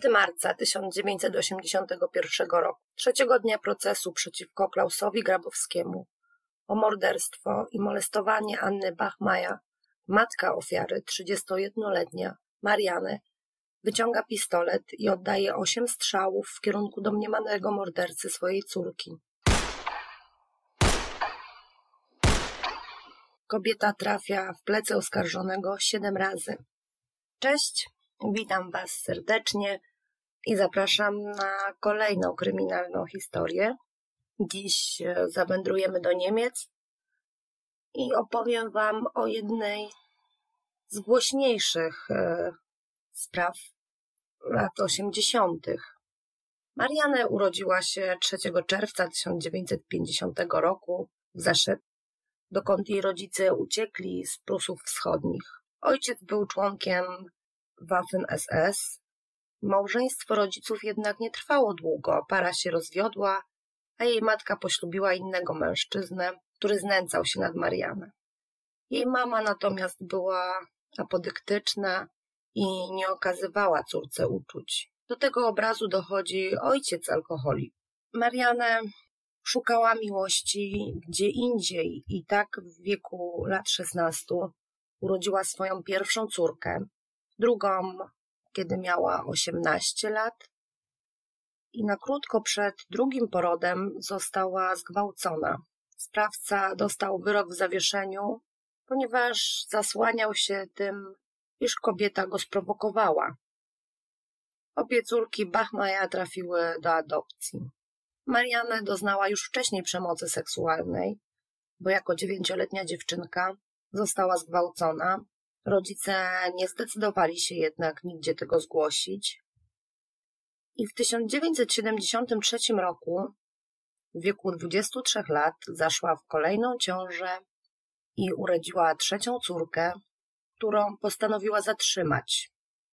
5 marca 1981 roku, trzeciego dnia procesu przeciwko Klausowi Grabowskiemu o morderstwo i molestowanie Anny Bachmaja, matka ofiary, 31-letnia Marianne, wyciąga pistolet i oddaje 8 strzałów w kierunku domniemanego mordercy swojej córki. Kobieta trafia w plecy oskarżonego 7 razy. Cześć, witam Was serdecznie i zapraszam na kolejną kryminalną historię. Dziś zawędrujemy do Niemiec i opowiem Wam o jednej z głośniejszych spraw lat 80. Marianne urodziła się 3 czerwca 1950 roku w Zeszep, dokąd jej rodzice uciekli z Prusów Wschodnich. Ojciec był członkiem Waffen-SS. Małżeństwo rodziców jednak nie trwało długo. Para się rozwiodła, a jej matka poślubiła innego mężczyznę, który znęcał się nad Marianne. Jej mama natomiast była apodyktyczna i nie okazywała córce uczuć. Do tego obrazu dochodzi ojciec alkoholik. Marianne szukała miłości gdzie indziej i tak w wieku lat 16 urodziła swoją pierwszą córkę, drugą, kiedy miała 18 lat i na krótko przed drugim porodem została zgwałcona. Sprawca dostał wyrok w zawieszeniu, ponieważ zasłaniał się tym, iż kobieta go sprowokowała. Obie córki Bachmaja trafiły do adopcji. Marianne doznała już wcześniej przemocy seksualnej, bo jako 9-letnia dziewczynka została zgwałcona. Rodzice nie zdecydowali się jednak nigdzie tego zgłosić. I w 1973 roku, w wieku 23 lat, zaszła w kolejną ciążę i urodziła 3. córkę, którą postanowiła zatrzymać.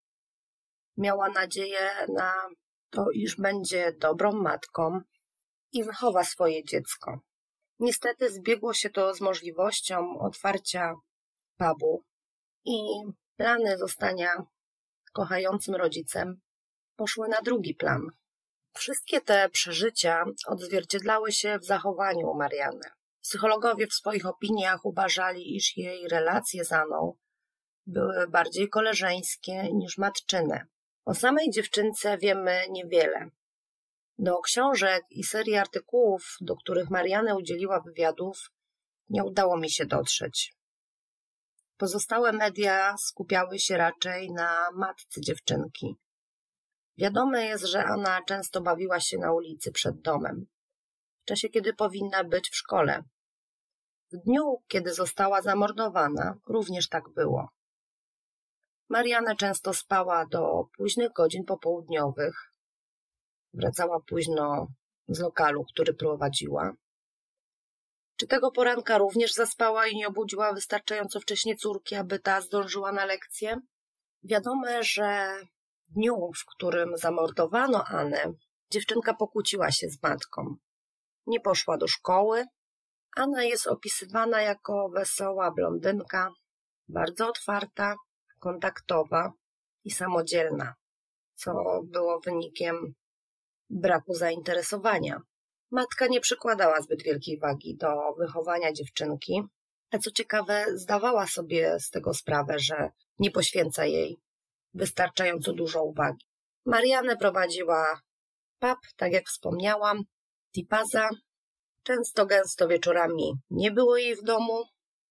Miała nadzieję na to, iż będzie dobrą matką i wychowa swoje dziecko. Niestety zbiegło się to z możliwością otwarcia pubu i plany zostania kochającym rodzicem poszły na drugi plan. Wszystkie te przeżycia odzwierciedlały się w zachowaniu Marianne. Psychologowie w swoich opiniach uważali, iż jej relacje z Anną były bardziej koleżeńskie niż matczyne. O samej dziewczynce wiemy niewiele. Do książek i serii artykułów, do których Marianne udzieliła wywiadów, nie udało mi się dotrzeć. Pozostałe media skupiały się raczej na matce dziewczynki. Wiadome jest, że Anna często bawiła się na ulicy przed domem, w czasie kiedy powinna być w szkole. W dniu, kiedy została zamordowana, również tak było. Marianne często spała do późnych godzin popołudniowych. Wracała późno z lokalu, który prowadziła. Czy tego poranka również zaspała i nie obudziła wystarczająco wcześnie córki, aby ta zdążyła na lekcję? Wiadome, że w dniu, w którym zamordowano Annę, dziewczynka pokłóciła się z matką. Nie poszła do szkoły. Anna jest opisywana jako wesoła blondynka, bardzo otwarta, kontaktowa i samodzielna, co było wynikiem braku zainteresowania. Matka nie przykładała zbyt wielkiej wagi do wychowania dziewczynki, a co ciekawe, zdawała sobie z tego sprawę, że nie poświęca jej wystarczająco dużo uwagi. Marianne prowadziła pub, tak jak wspomniałam, Tipaza. Często gęsto wieczorami nie było jej w domu.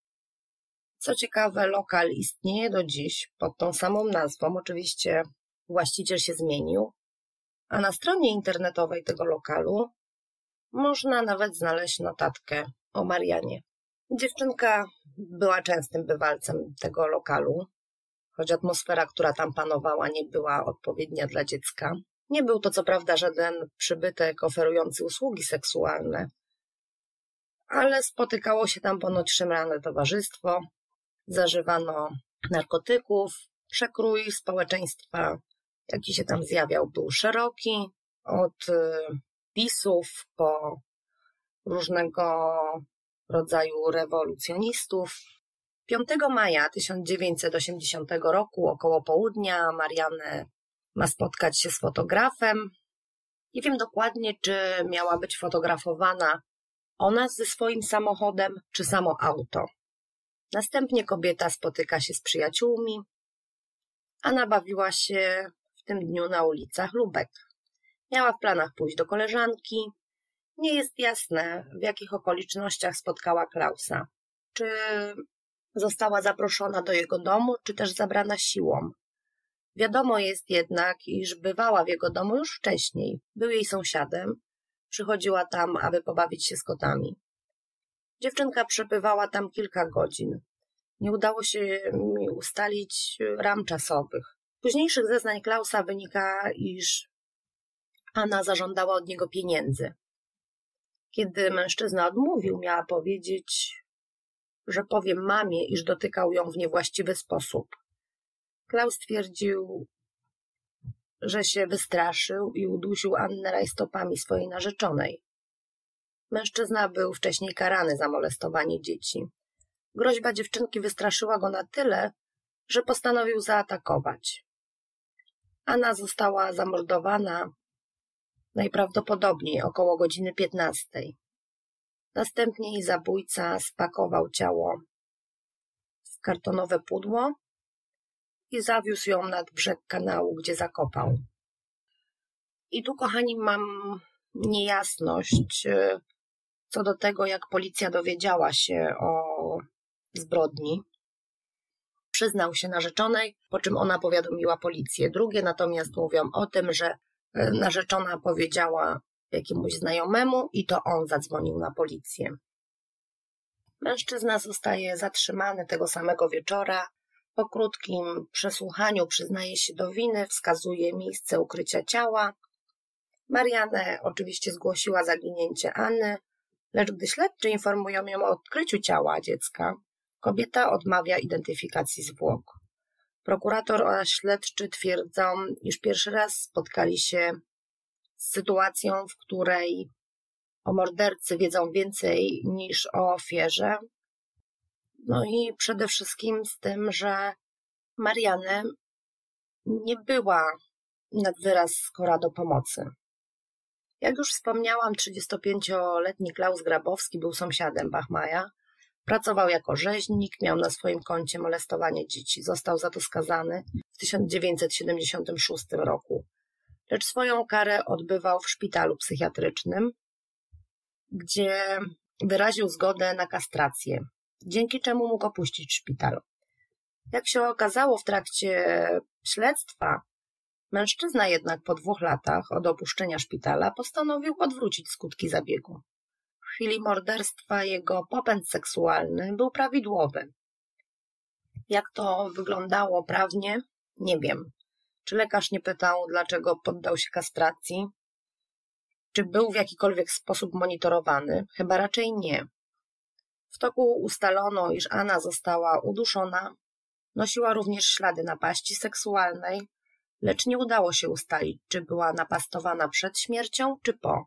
Co ciekawe, lokal istnieje do dziś pod tą samą nazwą. Oczywiście właściciel się zmienił, a na stronie internetowej tego lokalu można nawet znaleźć notatkę o Mariannie. Dziewczynka była częstym bywalcem tego lokalu, choć atmosfera, która tam panowała, nie była odpowiednia dla dziecka. Nie był to co prawda żaden przybytek oferujący usługi seksualne, ale spotykało się tam ponoć szemrane towarzystwo, zażywano narkotyków, przekrój społeczeństwa, jaki się tam zjawiał, był szeroki, od pisów po różnego rodzaju rewolucjonistów. 5 maja 1980 roku około południa Marianne ma spotkać się z fotografem. Nie wiem dokładnie, czy miała być fotografowana ona ze swoim samochodem, czy samo auto. Następnie kobieta spotyka się z przyjaciółmi, a nabawiła się w tym dniu na ulicach Lubek. Miała w planach pójść do koleżanki. Nie jest jasne, w jakich okolicznościach spotkała Klausa. Czy została zaproszona do jego domu, czy też zabrana siłą. Wiadomo jest jednak, iż bywała w jego domu już wcześniej. Był jej sąsiadem. Przychodziła tam, aby pobawić się z kotami. Dziewczynka przebywała tam kilka godzin. Nie udało się mi ustalić ram czasowych. Z późniejszych zeznań Klausa wynika, iż Anna zażądała od niego pieniędzy. Kiedy mężczyzna odmówił, miała powiedzieć, że powie mamie, iż dotykał ją w niewłaściwy sposób. Klaus twierdził, że się wystraszył i udusił Annę rajstopami swojej narzeczonej. Mężczyzna był wcześniej karany za molestowanie dzieci. Groźba dziewczynki wystraszyła go na tyle, że postanowił zaatakować. Anna została zamordowana najprawdopodobniej około godziny 15. Następnie jej zabójca spakował ciało w kartonowe pudło i zawiózł ją nad brzeg kanału, gdzie zakopał. I tu, kochani, mam niejasność co do tego, jak policja dowiedziała się o zbrodni. Przyznał się narzeczonej, po czym ona powiadomiła policję. Drugie natomiast mówią o tym, że narzeczona powiedziała jakiemuś znajomemu i to on zadzwonił na policję. Mężczyzna zostaje zatrzymany tego samego wieczora. Po krótkim przesłuchaniu przyznaje się do winy, wskazuje miejsce ukrycia ciała. Marianne oczywiście zgłosiła zaginięcie Anny, lecz gdy śledczy informują ją o odkryciu ciała dziecka, kobieta odmawia identyfikacji zwłok. Prokurator oraz śledczy twierdzą, iż pierwszy raz spotkali się z sytuacją, w której o mordercy wiedzą więcej niż o ofierze. No i przede wszystkim z tym, że Marianne nie była nad wyraz skora do pomocy. Jak już wspomniałam, 35-letni Klaus Grabowski był sąsiadem Bachmaja. Pracował jako rzeźnik, miał na swoim koncie molestowanie dzieci. Został za to skazany w 1976 roku. Lecz swoją karę odbywał w szpitalu psychiatrycznym, gdzie wyraził zgodę na kastrację, dzięki czemu mógł opuścić szpital. Jak się okazało w trakcie śledztwa, mężczyzna jednak po 2 latach od opuszczenia szpitala postanowił odwrócić skutki zabiegu. W chwili morderstwa jego popęd seksualny był prawidłowy. Jak to wyglądało prawnie? Nie wiem. Czy lekarz nie pytał, dlaczego poddał się kastracji? Czy był w jakikolwiek sposób monitorowany? Chyba raczej nie. W toku ustalono, iż Anna została uduszona, nosiła również ślady napaści seksualnej, lecz nie udało się ustalić, czy była napastowana przed śmiercią, czy po.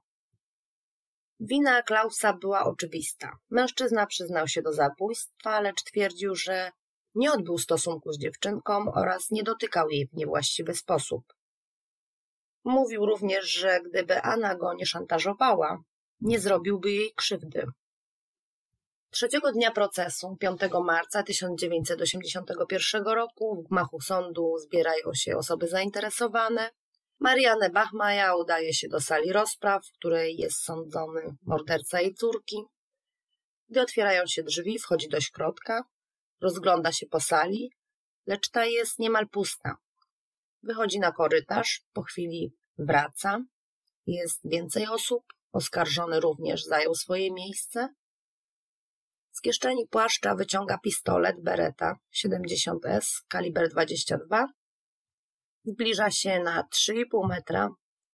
Wina Klausa była oczywista. Mężczyzna przyznał się do zabójstwa, lecz twierdził, że nie odbył stosunku z dziewczynką oraz nie dotykał jej w niewłaściwy sposób. Mówił również, że gdyby Anna go nie szantażowała, nie zrobiłby jej krzywdy. 3 dnia procesu, 5 marca 1981 roku, w gmachu sądu zbierają się osoby zainteresowane. Marianne Bachmaja udaje się do sali rozpraw, w której jest sądzony morderca jej córki. Gdy otwierają się drzwi, wchodzi do środka, rozgląda się po sali, lecz ta jest niemal pusta. Wychodzi na korytarz, po chwili wraca. Jest więcej osób, oskarżony również zajął swoje miejsce. Z kieszeni płaszcza wyciąga pistolet Beretta 70S, kaliber 22. Zbliża się na 3,5 metra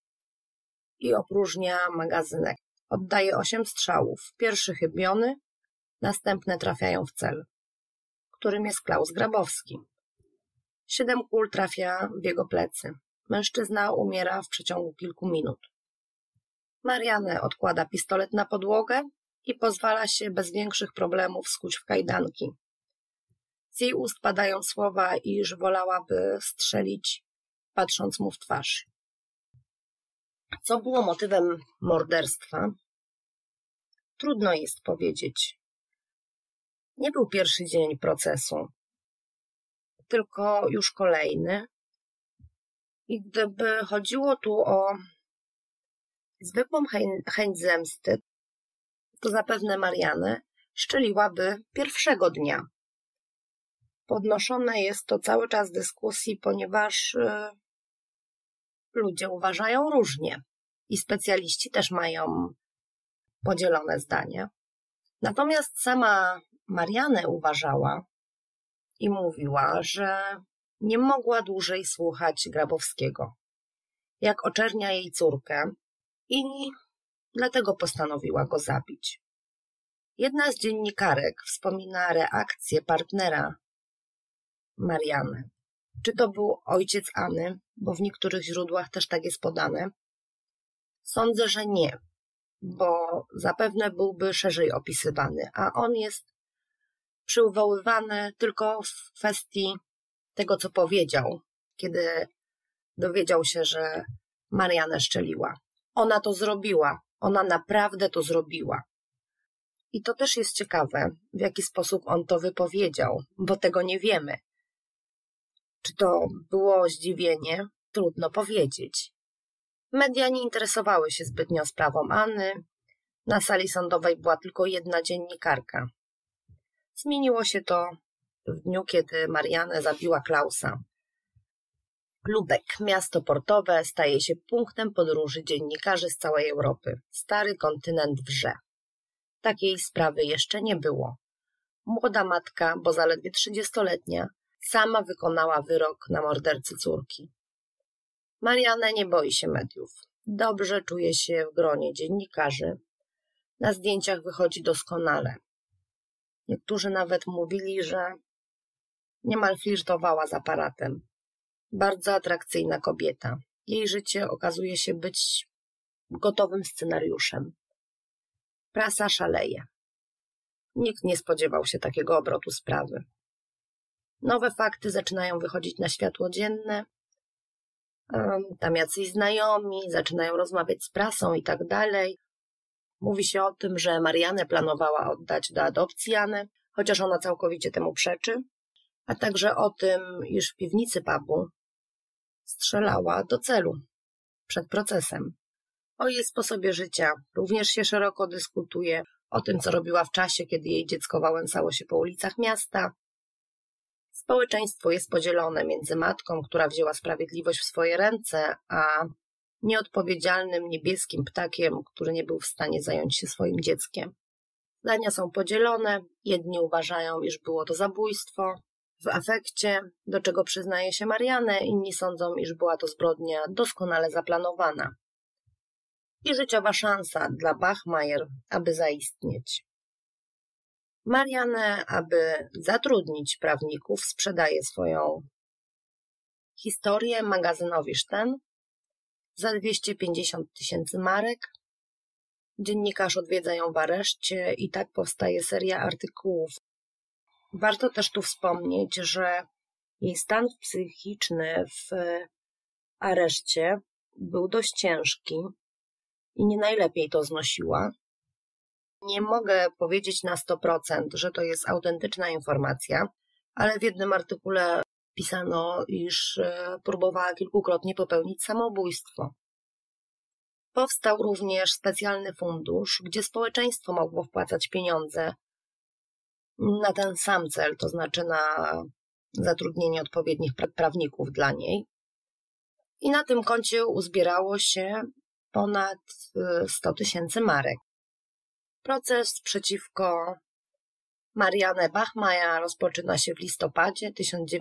i opróżnia magazynek. Oddaje 8 strzałów. Pierwszy chybiony, następne trafiają w cel, którym jest Klaus Grabowski. 7 kul trafia w jego plecy. Mężczyzna umiera w przeciągu kilku minut. Marianne odkłada pistolet na podłogę i pozwala się bez większych problemów skuć w kajdanki. Z jej ust padają słowa, iż wolałaby strzelić patrząc mu w twarz. Co było motywem morderstwa? Trudno jest powiedzieć. Nie był pierwszy dzień procesu, tylko już kolejny. I gdyby chodziło tu o zwykłą chęć zemsty, to zapewne Mariannę szczeliłaby pierwszego dnia. Podnoszone jest to cały czas w dyskusji, ponieważ ludzie uważają różnie i specjaliści też mają podzielone zdania. Natomiast sama Mariannę uważała i mówiła, że nie mogła dłużej słuchać Grabowskiego, jak oczernia jej córkę, i dlatego postanowiła go zabić. Jedna z dziennikarek wspomina reakcję partnera Marianny. Czy to był ojciec Anny, bo w niektórych źródłach też tak jest podane? Sądzę, że nie, bo zapewne byłby szerzej opisywany, a on jest przywoływany tylko w kwestii tego, co powiedział, kiedy dowiedział się, że Mariannę szczeliła. Ona to zrobiła, ona naprawdę to zrobiła. I to też jest ciekawe, w jaki sposób on to wypowiedział, bo tego nie wiemy. Czy to było zdziwienie? Trudno powiedzieć. Media nie interesowały się zbytnio sprawą Anny. Na sali sądowej była tylko jedna dziennikarka. Zmieniło się to w dniu, kiedy Mariannę zabiła Klausa. Lubek, miasto portowe, staje się punktem podróży dziennikarzy z całej Europy. Stary kontynent wrze. Takiej sprawy jeszcze nie było. Młoda matka, bo zaledwie 30-letnia, sama wykonała wyrok na mordercy córki. Marianna nie boi się mediów. Dobrze czuje się w gronie dziennikarzy. Na zdjęciach wychodzi doskonale. Niektórzy nawet mówili, że niemal flirtowała z aparatem. Bardzo atrakcyjna kobieta. Jej życie okazuje się być gotowym scenariuszem. Prasa szaleje. Nikt nie spodziewał się takiego obrotu sprawy. Nowe fakty zaczynają wychodzić na światło dzienne. Tam jacyś znajomi zaczynają rozmawiać z prasą i tak dalej. Mówi się o tym, że Mariannę planowała oddać do adopcji Annę, chociaż ona całkowicie temu przeczy, a także o tym, iż w piwnicy pubu strzelała do celu przed procesem. O jej sposobie życia również się szeroko dyskutuje, o tym, co robiła w czasie, kiedy jej dziecko wałęsało się po ulicach miasta. Społeczeństwo jest podzielone między matką, która wzięła sprawiedliwość w swoje ręce, a nieodpowiedzialnym niebieskim ptakiem, który nie był w stanie zająć się swoim dzieckiem. Zdania są podzielone, jedni uważają, iż było to zabójstwo w afekcie, do czego przyznaje się Mariannę, inni sądzą, iż była to zbrodnia doskonale zaplanowana i życiowa szansa dla Bachmeier, aby zaistnieć. Mariannę, aby zatrudnić prawników, sprzedaje swoją historię magazynowi Szten za 250 000 marek. Dziennikarz odwiedza ją w areszcie i tak powstaje seria artykułów. Warto też tu wspomnieć, że jej stan psychiczny w areszcie był dość ciężki i nie najlepiej to znosiła. Nie mogę powiedzieć na 100%, że to jest autentyczna informacja, ale w jednym artykule pisano, iż próbowała kilkukrotnie popełnić samobójstwo. Powstał również specjalny fundusz, gdzie społeczeństwo mogło wpłacać pieniądze na ten sam cel, to znaczy na zatrudnienie odpowiednich prawników dla niej. I na tym koncie uzbierało się ponad 100 000 marek. Proces przeciwko Mariannę Bachmeier rozpoczyna się w listopadzie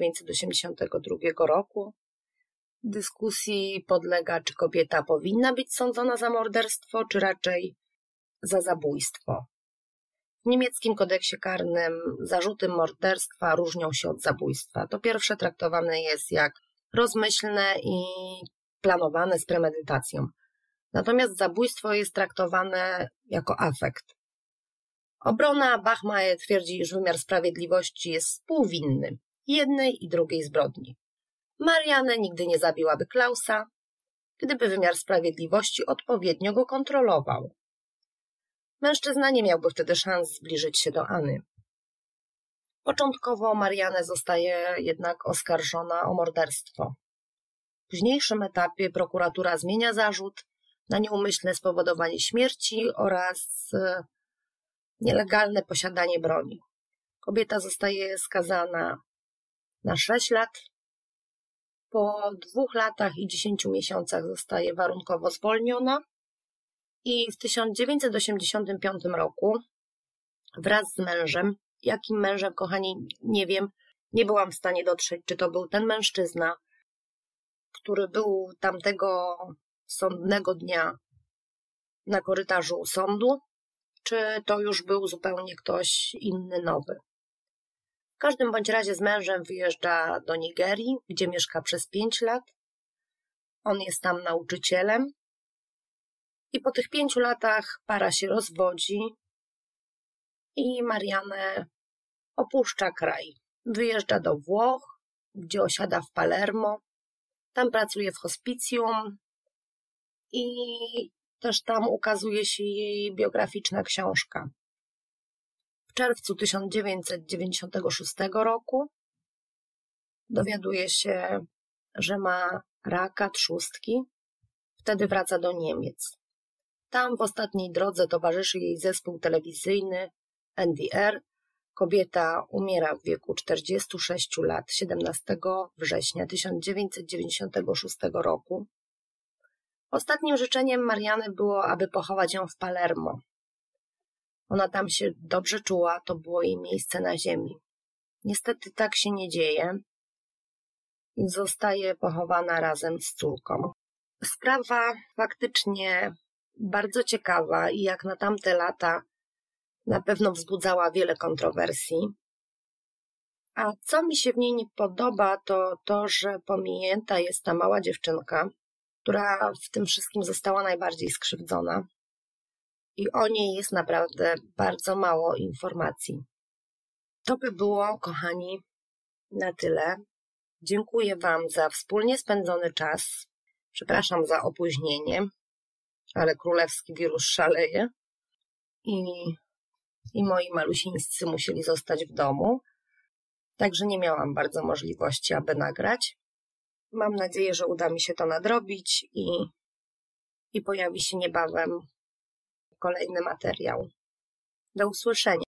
1982 roku. Dyskusji podlega, czy kobieta powinna być sądzona za morderstwo, czy raczej za zabójstwo. W niemieckim kodeksie karnym zarzuty morderstwa różnią się od zabójstwa. To pierwsze traktowane jest jak rozmyślne i planowane z premedytacją. Natomiast zabójstwo jest traktowane jako afekt. Obrona Bachmeier twierdzi, iż wymiar sprawiedliwości jest współwinny jednej i drugiej zbrodni. Marianne nigdy nie zabiłaby Klausa, gdyby wymiar sprawiedliwości odpowiednio go kontrolował. Mężczyzna nie miałby wtedy szans zbliżyć się do Anny. Początkowo Marianne zostaje jednak oskarżona o morderstwo. W późniejszym etapie prokuratura zmienia zarzut na nieumyślne spowodowanie śmierci oraz nielegalne posiadanie broni. Kobieta zostaje skazana na 6 lat. Po 2 latach i 10 miesiącach zostaje warunkowo zwolniona i w 1985 roku wraz z mężem, jakim mężem, kochani, nie wiem, nie byłam w stanie dotrzeć, czy to był ten mężczyzna, który był tamtego sądnego dnia na korytarzu sądu, czy to już był zupełnie ktoś inny, nowy. W każdym bądź razie z mężem wyjeżdża do Nigerii, gdzie mieszka przez 5 lat. On jest tam nauczycielem i po tych 5 latach para się rozwodzi i Marianne opuszcza kraj. Wyjeżdża do Włoch, gdzie osiada w Palermo. Tam pracuje w hospicjum i też tam ukazuje się jej biograficzna książka. W czerwcu 1996 roku dowiaduje się, że ma raka trzustki. Wtedy wraca do Niemiec. Tam w ostatniej drodze towarzyszy jej zespół telewizyjny NDR. Kobieta umiera w wieku 46 lat 17 września 1996 roku. Ostatnim życzeniem Marianny było, aby pochować ją w Palermo. Ona tam się dobrze czuła, to było jej miejsce na ziemi. Niestety tak się nie dzieje i zostaje pochowana razem z córką. Sprawa faktycznie bardzo ciekawa i jak na tamte lata na pewno wzbudzała wiele kontrowersji. A co mi się w niej nie podoba, to to, że pominięta jest ta mała dziewczynka, która w tym wszystkim została najbardziej skrzywdzona. I o niej jest naprawdę bardzo mało informacji. To by było, kochani, na tyle. Dziękuję Wam za wspólnie spędzony czas. Przepraszam za opóźnienie, ale królewski wirus szaleje i moi malusińscy musieli zostać w domu, także nie miałam bardzo możliwości, aby nagrać. Mam nadzieję, że uda mi się to nadrobić i pojawi się niebawem kolejny materiał. Do usłyszenia.